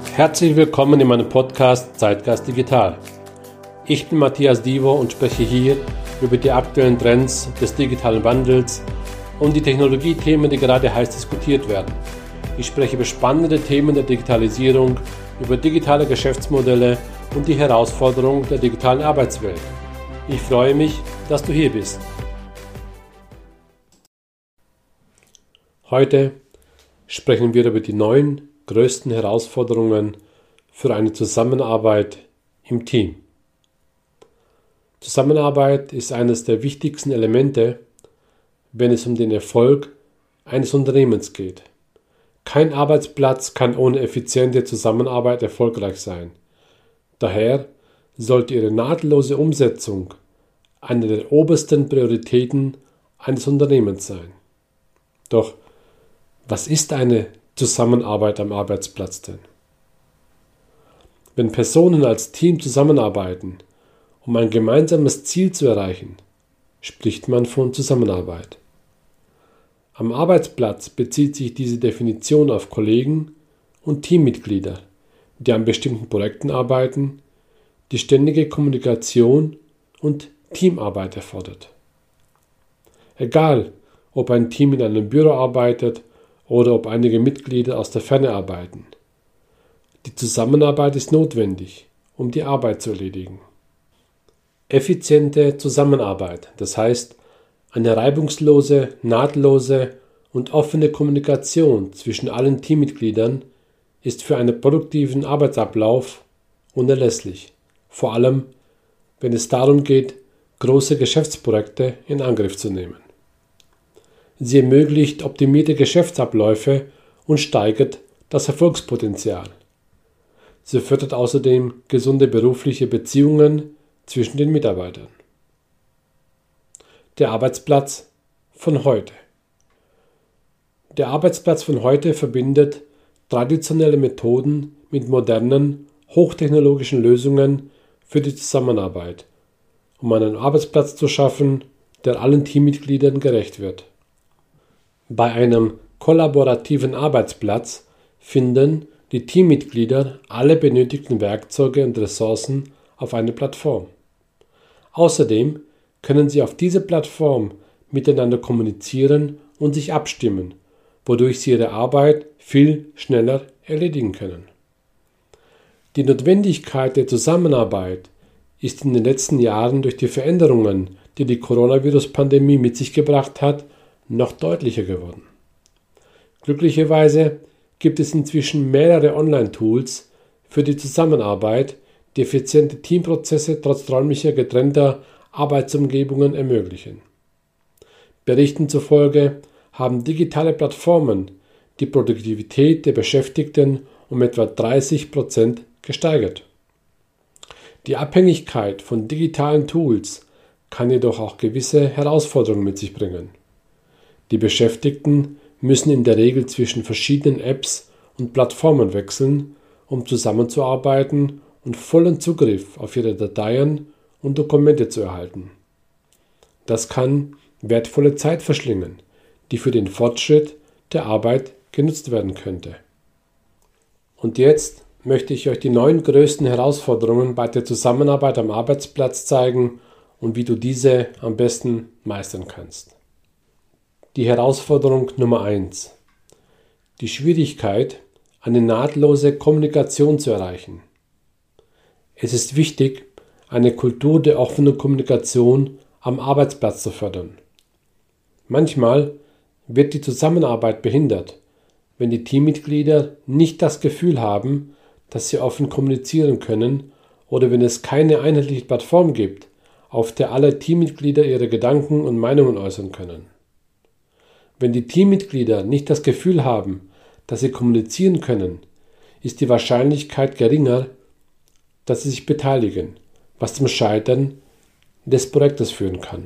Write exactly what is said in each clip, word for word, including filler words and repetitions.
Herzlich willkommen in meinem Podcast Zeitgeist Digital. Ich bin Matthias Divo und spreche hier über die aktuellen Trends des digitalen Wandels und die Technologiethemen, die gerade heiß diskutiert werden. Ich spreche über spannende Themen der Digitalisierung, über digitale Geschäftsmodelle und die Herausforderungen der digitalen Arbeitswelt. Ich freue mich, dass du hier bist. Heute sprechen wir über die neun größten Herausforderungen für eine Zusammenarbeit im Team. Zusammenarbeit ist eines der wichtigsten Elemente, wenn es um den Erfolg eines Unternehmens geht. Kein Arbeitsplatz kann ohne effiziente Zusammenarbeit erfolgreich sein. Daher sollte ihre nahtlose Umsetzung eine der obersten Prioritäten eines Unternehmens sein. Doch was ist eine Zusammenarbeit am Arbeitsplatz denn? Wenn Personen als Team zusammenarbeiten, um ein gemeinsames Ziel zu erreichen, spricht man von Zusammenarbeit. Am Arbeitsplatz bezieht sich diese Definition auf Kollegen und Teammitglieder, die an bestimmten Projekten arbeiten, die ständige Kommunikation und Teamarbeit erfordert. Egal, ob ein Team in einem Büro arbeitet oder ob einige Mitglieder aus der Ferne arbeiten. Die Zusammenarbeit ist notwendig, um die Arbeit zu erledigen. Effiziente Zusammenarbeit, das heißt eine reibungslose, nahtlose und offene Kommunikation zwischen allen Teammitgliedern, ist für einen produktiven Arbeitsablauf unerlässlich, vor allem wenn es darum geht, große Geschäftsprojekte in Angriff zu nehmen. Sie ermöglicht optimierte Geschäftsabläufe und steigert das Erfolgspotenzial. Sie fördert außerdem gesunde berufliche Beziehungen zwischen den Mitarbeitern. Der Arbeitsplatz von heute. Der Arbeitsplatz von heute verbindet traditionelle Methoden mit modernen, hochtechnologischen Lösungen für die Zusammenarbeit, um einen Arbeitsplatz zu schaffen, der allen Teammitgliedern gerecht wird. Bei einem kollaborativen Arbeitsplatz finden die Teammitglieder alle benötigten Werkzeuge und Ressourcen auf einer Plattform. Außerdem können sie auf dieser Plattform miteinander kommunizieren und sich abstimmen, wodurch sie ihre Arbeit viel schneller erledigen können. Die Notwendigkeit der Zusammenarbeit ist in den letzten Jahren durch die Veränderungen, die die Coronavirus-Pandemie mit sich gebracht hat, noch deutlicher geworden. Glücklicherweise gibt es inzwischen mehrere Online-Tools für die Zusammenarbeit, die effiziente Teamprozesse trotz räumlicher getrennter Arbeitsumgebungen ermöglichen. Berichten zufolge haben digitale Plattformen die Produktivität der Beschäftigten um etwa dreißig Prozent gesteigert. Die Abhängigkeit von digitalen Tools kann jedoch auch gewisse Herausforderungen mit sich bringen. Die Beschäftigten müssen in der Regel zwischen verschiedenen Apps und Plattformen wechseln, um zusammenzuarbeiten und vollen Zugriff auf ihre Dateien und Dokumente zu erhalten. Das kann wertvolle Zeit verschlingen, die für den Fortschritt der Arbeit genutzt werden könnte. Und jetzt möchte ich euch die neun größten Herausforderungen bei der Zusammenarbeit am Arbeitsplatz zeigen und wie du diese am besten meistern kannst. Die Herausforderung Nummer eins. Die Schwierigkeit, eine nahtlose Kommunikation zu erreichen. Es ist wichtig, eine Kultur der offenen Kommunikation am Arbeitsplatz zu fördern. Manchmal wird die Zusammenarbeit behindert, wenn die Teammitglieder nicht das Gefühl haben, dass sie offen kommunizieren können oder wenn es keine einheitliche Plattform gibt, auf der alle Teammitglieder ihre Gedanken und Meinungen äußern können. Wenn die Teammitglieder nicht das Gefühl haben, dass sie kommunizieren können, ist die Wahrscheinlichkeit geringer, dass sie sich beteiligen, was zum Scheitern des Projektes führen kann.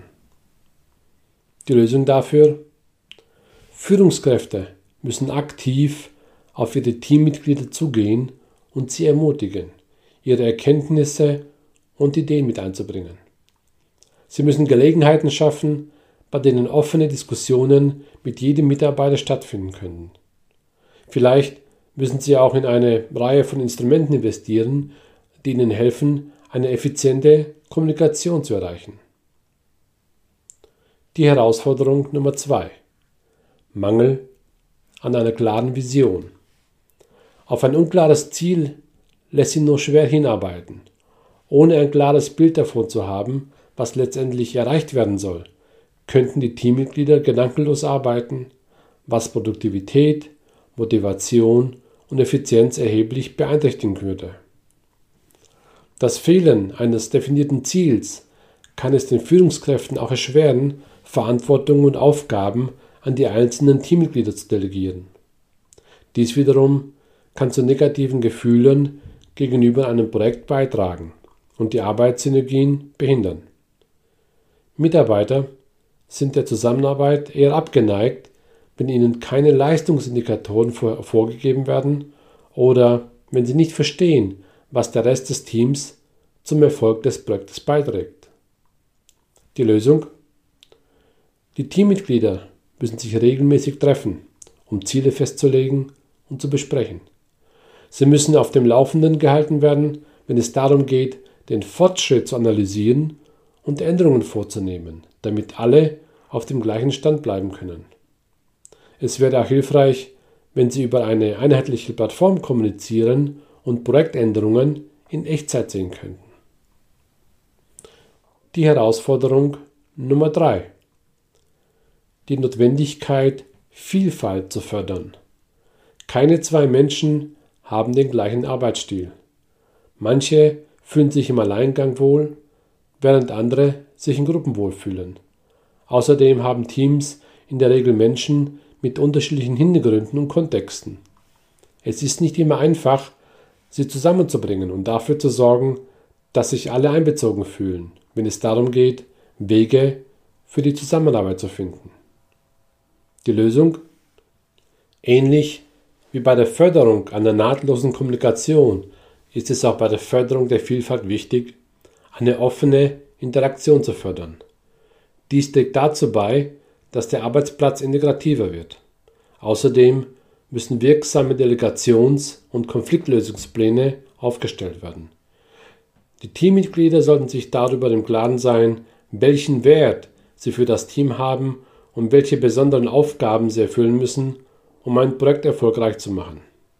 Die Lösung dafür? Führungskräfte müssen aktiv auf ihre Teammitglieder zugehen und sie ermutigen, ihre Erkenntnisse und Ideen mit einzubringen. Sie müssen Gelegenheiten schaffen, bei denen offene Diskussionen mit jedem Mitarbeiter stattfinden können. Vielleicht müssen Sie auch in eine Reihe von Instrumenten investieren, die Ihnen helfen, eine effiziente Kommunikation zu erreichen. Die Herausforderung Nummer zwei: Mangel an einer klaren Vision. Auf ein unklares Ziel lässt sich nur schwer hinarbeiten. Ohne ein klares Bild davon zu haben, was letztendlich erreicht werden soll, könnten die Teammitglieder gedankenlos arbeiten, was Produktivität, Motivation und Effizienz erheblich beeinträchtigen würde. Das Fehlen eines definierten Ziels kann es den Führungskräften auch erschweren, Verantwortung und Aufgaben an die einzelnen Teammitglieder zu delegieren. Dies wiederum kann zu negativen Gefühlen gegenüber einem Projekt beitragen und die Arbeitssynergien behindern. Mitarbeiter sind der Zusammenarbeit eher abgeneigt, wenn ihnen keine Leistungsindikatoren vor, vorgegeben werden oder wenn sie nicht verstehen, was der Rest des Teams zum Erfolg des Projektes beiträgt. Die Lösung? Die Teammitglieder müssen sich regelmäßig treffen, um Ziele festzulegen und zu besprechen. Sie müssen auf dem Laufenden gehalten werden, wenn es darum geht, den Fortschritt zu analysieren und Änderungen vorzunehmen, damit alle auf dem gleichen Stand bleiben können. Es wäre auch hilfreich, wenn Sie über eine einheitliche Plattform kommunizieren und Projektänderungen in Echtzeit sehen könnten. Die Herausforderung Nummer drei: Die Notwendigkeit, Vielfalt zu fördern. Keine zwei Menschen haben den gleichen Arbeitsstil. Manche fühlen sich im Alleingang wohl, während andere sich in Gruppen wohlfühlen. Außerdem haben Teams in der Regel Menschen mit unterschiedlichen Hintergründen und Kontexten. Es ist nicht immer einfach, sie zusammenzubringen und dafür zu sorgen, dass sich alle einbezogen fühlen, wenn es darum geht, Wege für die Zusammenarbeit zu finden. Die Lösung? Ähnlich wie bei der Förderung einer nahtlosen Kommunikation ist es auch bei der Förderung der Vielfalt wichtig, eine offene Interaktion zu fördern. Dies trägt dazu bei, dass der Arbeitsplatz integrativer wird. Außerdem müssen wirksame Delegations- und Konfliktlösungspläne aufgestellt werden. Die Teammitglieder sollten sich darüber im Klaren sein, welchen Wert sie für das Team haben und welche besonderen Aufgaben sie erfüllen müssen, um ein Projekt erfolgreich zu machen.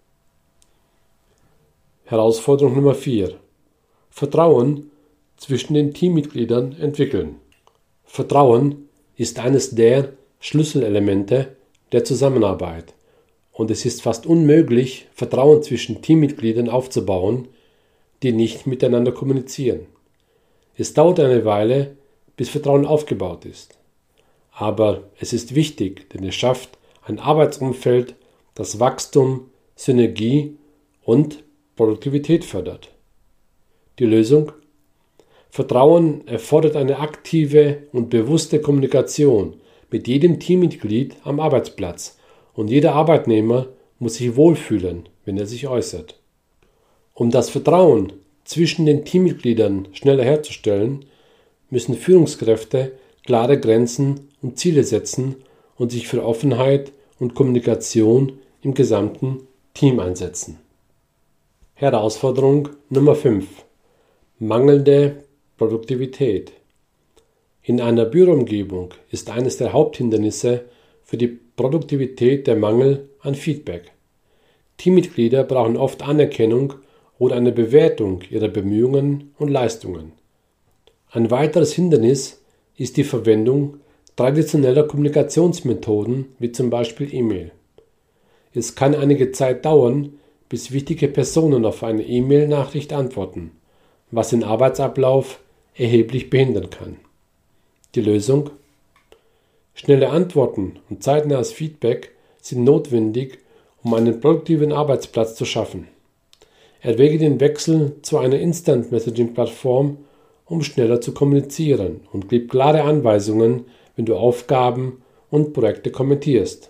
Herausforderung Nummer vier: Vertrauen zwischen den Teammitgliedern entwickeln. Vertrauen ist eines der Schlüsselelemente der Zusammenarbeit und es ist fast unmöglich, Vertrauen zwischen Teammitgliedern aufzubauen, die nicht miteinander kommunizieren. Es dauert eine Weile, bis Vertrauen aufgebaut ist. Aber es ist wichtig, denn es schafft ein Arbeitsumfeld, das Wachstum, Synergie und Produktivität fördert. Die Lösung? Vertrauen erfordert eine aktive und bewusste Kommunikation mit jedem Teammitglied am Arbeitsplatz und jeder Arbeitnehmer muss sich wohlfühlen, wenn er sich äußert. Um das Vertrauen zwischen den Teammitgliedern schneller herzustellen, müssen Führungskräfte klare Grenzen und Ziele setzen und sich für Offenheit und Kommunikation im gesamten Team einsetzen. Herausforderung Nummer fünf: Mangelnde Produktivität. In einer Büroumgebung ist eines der Haupthindernisse für die Produktivität der Mangel an Feedback. Teammitglieder brauchen oft Anerkennung oder eine Bewertung ihrer Bemühungen und Leistungen. Ein weiteres Hindernis ist die Verwendung traditioneller Kommunikationsmethoden wie zum Beispiel E-Mail. Es kann einige Zeit dauern, bis wichtige Personen auf eine E-Mail-Nachricht antworten, was den Arbeitsablauf erheblich behindern kann. Die Lösung? Schnelle Antworten und zeitnahes Feedback sind notwendig, um einen produktiven Arbeitsplatz zu schaffen. Erwäge den Wechsel zu einer Instant-Messaging-Plattform, um schneller zu kommunizieren, und gib klare Anweisungen, wenn du Aufgaben und Projekte kommentierst.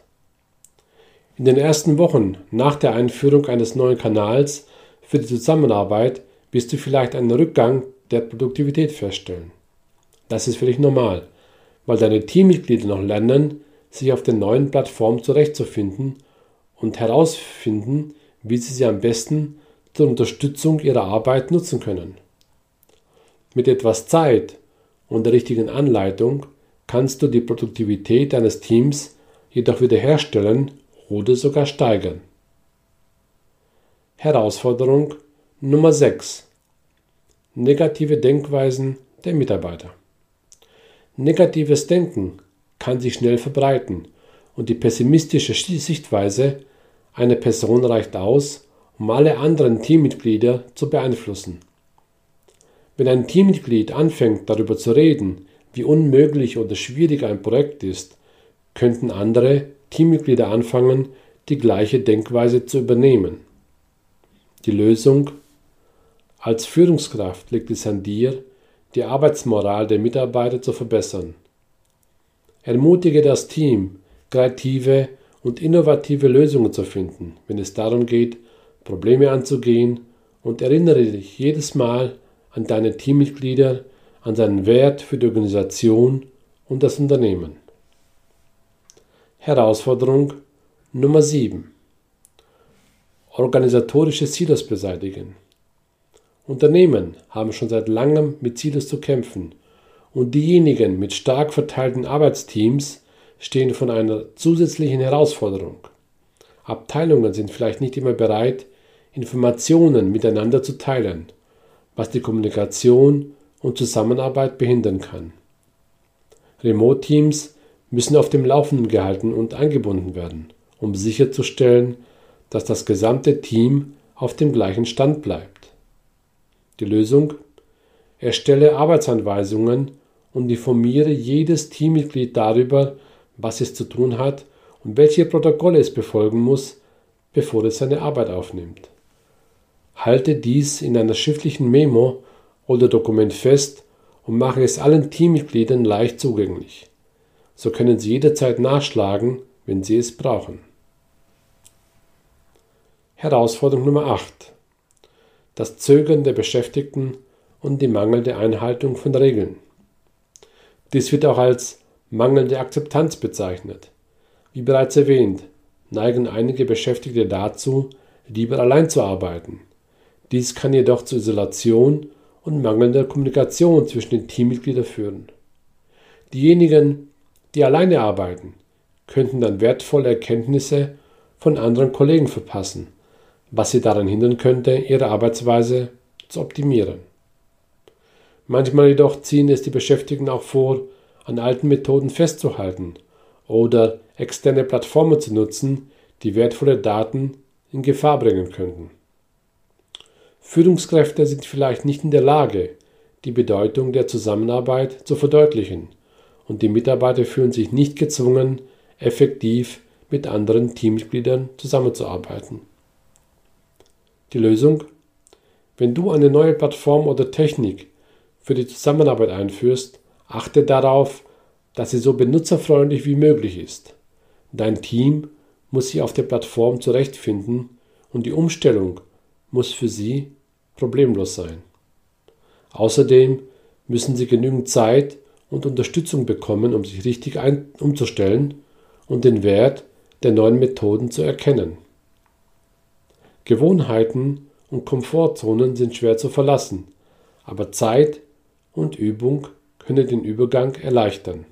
In den ersten Wochen nach der Einführung eines neuen Kanals für die Zusammenarbeit wirst du vielleicht einen Rückgang der Produktivität feststellen. Das ist völlig normal, weil deine Teammitglieder noch lernen, sich auf den neuen Plattformen zurechtzufinden und herausfinden, wie sie sie am besten zur Unterstützung ihrer Arbeit nutzen können. Mit etwas Zeit und der richtigen Anleitung kannst du die Produktivität deines Teams jedoch wiederherstellen oder sogar steigern. Herausforderung Nummer sechs. Negative Denkweisen der Mitarbeiter. Negatives Denken kann sich schnell verbreiten und die pessimistische Sichtweise einer Person reicht aus, um alle anderen Teammitglieder zu beeinflussen. Wenn ein Teammitglied anfängt, darüber zu reden, wie unmöglich oder schwierig ein Projekt ist, könnten andere Teammitglieder anfangen, die gleiche Denkweise zu übernehmen. Die Lösung: Als Führungskraft liegt es an dir, die Arbeitsmoral der Mitarbeiter zu verbessern. Ermutige das Team, kreative und innovative Lösungen zu finden, wenn es darum geht, Probleme anzugehen, und erinnere dich jedes Mal an deine Teammitglieder, an seinen Wert für die Organisation und das Unternehmen. Herausforderung Nummer sieben. Organisatorische Silos beseitigen. Unternehmen haben schon seit langem mit Silos zu kämpfen und diejenigen mit stark verteilten Arbeitsteams stehen vor einer zusätzlichen Herausforderung. Abteilungen sind vielleicht nicht immer bereit, Informationen miteinander zu teilen, was die Kommunikation und Zusammenarbeit behindern kann. Remote-Teams müssen auf dem Laufenden gehalten und eingebunden werden, um sicherzustellen, dass das gesamte Team auf dem gleichen Stand bleibt. Die Lösung: Erstelle Arbeitsanweisungen und informiere jedes Teammitglied darüber, was es zu tun hat und welche Protokolle es befolgen muss, bevor es seine Arbeit aufnimmt. Halte dies in einer schriftlichen Memo oder Dokument fest und mache es allen Teammitgliedern leicht zugänglich. So können sie jederzeit nachschlagen, wenn sie es brauchen. Herausforderung Nummer acht. Das Zögern der Beschäftigten und die mangelnde Einhaltung von Regeln. Dies wird auch als mangelnde Akzeptanz bezeichnet. Wie bereits erwähnt, neigen einige Beschäftigte dazu, lieber allein zu arbeiten. Dies kann jedoch zu Isolation und mangelnder Kommunikation zwischen den Teammitgliedern führen. Diejenigen, die alleine arbeiten, könnten dann wertvolle Erkenntnisse von anderen Kollegen verpassen, was sie daran hindern könnte, ihre Arbeitsweise zu optimieren. Manchmal jedoch ziehen es die Beschäftigten auch vor, an alten Methoden festzuhalten oder externe Plattformen zu nutzen, die wertvolle Daten in Gefahr bringen könnten. Führungskräfte sind vielleicht nicht in der Lage, die Bedeutung der Zusammenarbeit zu verdeutlichen, und die Mitarbeiter fühlen sich nicht gezwungen, effektiv mit anderen Teammitgliedern zusammenzuarbeiten. Die Lösung: Wenn du eine neue Plattform oder Technik für die Zusammenarbeit einführst, achte darauf, dass sie so benutzerfreundlich wie möglich ist. Dein Team muss sich auf der Plattform zurechtfinden und die Umstellung muss für sie problemlos sein. Außerdem müssen sie genügend Zeit und Unterstützung bekommen, um sich richtig ein- umzustellen und den Wert der neuen Methoden zu erkennen. Gewohnheiten und Komfortzonen sind schwer zu verlassen, aber Zeit und Übung können den Übergang erleichtern.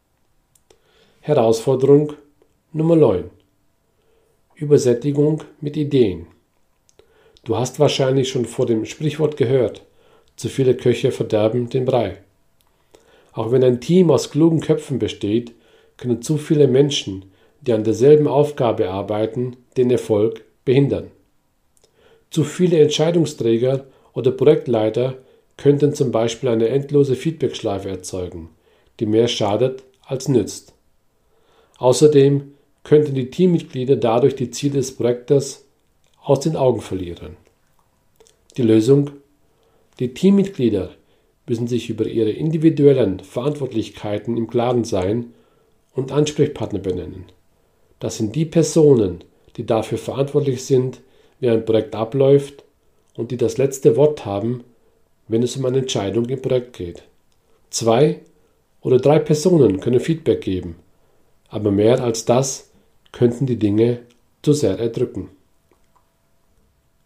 Herausforderung Nummer neun. Übersättigung mit Ideen. Du hast wahrscheinlich schon vor dem Sprichwort gehört: Zu viele Köche verderben den Brei. Auch wenn ein Team aus klugen Köpfen besteht, können zu viele Menschen, die an derselben Aufgabe arbeiten, den Erfolg behindern. Zu viele Entscheidungsträger oder Projektleiter könnten zum Beispiel eine endlose Feedbackschleife erzeugen, die mehr schadet als nützt. Außerdem könnten die Teammitglieder dadurch die Ziele des Projektes aus den Augen verlieren. Die Lösung: Die Teammitglieder müssen sich über ihre individuellen Verantwortlichkeiten im Klaren sein und Ansprechpartner benennen. Das sind die Personen, die dafür verantwortlich sind, wie ein Projekt abläuft und die das letzte Wort haben, wenn es um eine Entscheidung im Projekt geht. Zwei oder drei Personen können Feedback geben, aber mehr als das könnten die Dinge zu sehr erdrücken.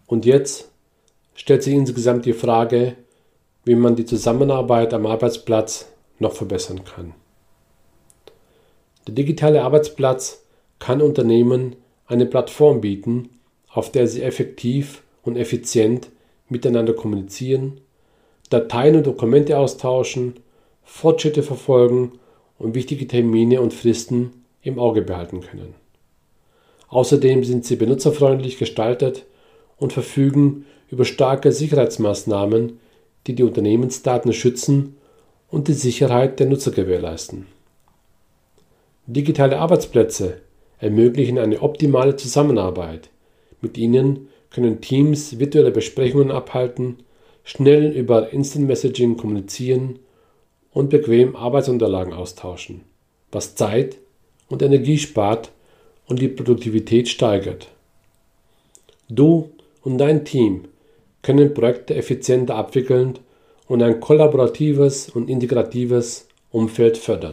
Und jetzt stellt sich insgesamt die Frage, wie man die Zusammenarbeit am Arbeitsplatz noch verbessern kann. Der digitale Arbeitsplatz kann Unternehmen eine Plattform bieten, auf der sie effektiv und effizient miteinander kommunizieren, Dateien und Dokumente austauschen, Fortschritte verfolgen und wichtige Termine und Fristen im Auge behalten können. Außerdem sind sie benutzerfreundlich gestaltet und verfügen über starke Sicherheitsmaßnahmen, die die Unternehmensdaten schützen und die Sicherheit der Nutzer gewährleisten. Digitale Arbeitsplätze ermöglichen eine optimale Zusammenarbeit. Mit ihnen können Teams virtuelle Besprechungen abhalten, schnell über Instant Messaging kommunizieren und bequem Arbeitsunterlagen austauschen, was Zeit und Energie spart und die Produktivität steigert. Du und dein Team können Projekte effizienter abwickeln und ein kollaboratives und integratives Umfeld fördern.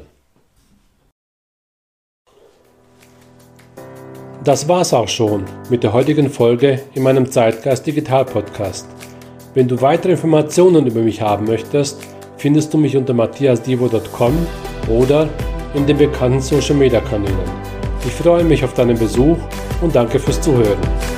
Das war's auch schon mit der heutigen Folge in meinem Zeitgeist Digital Podcast. Wenn du weitere Informationen über mich haben möchtest, findest du mich unter matthias divo punkt com oder in den bekannten Social Media Kanälen. Ich freue mich auf deinen Besuch und danke fürs Zuhören.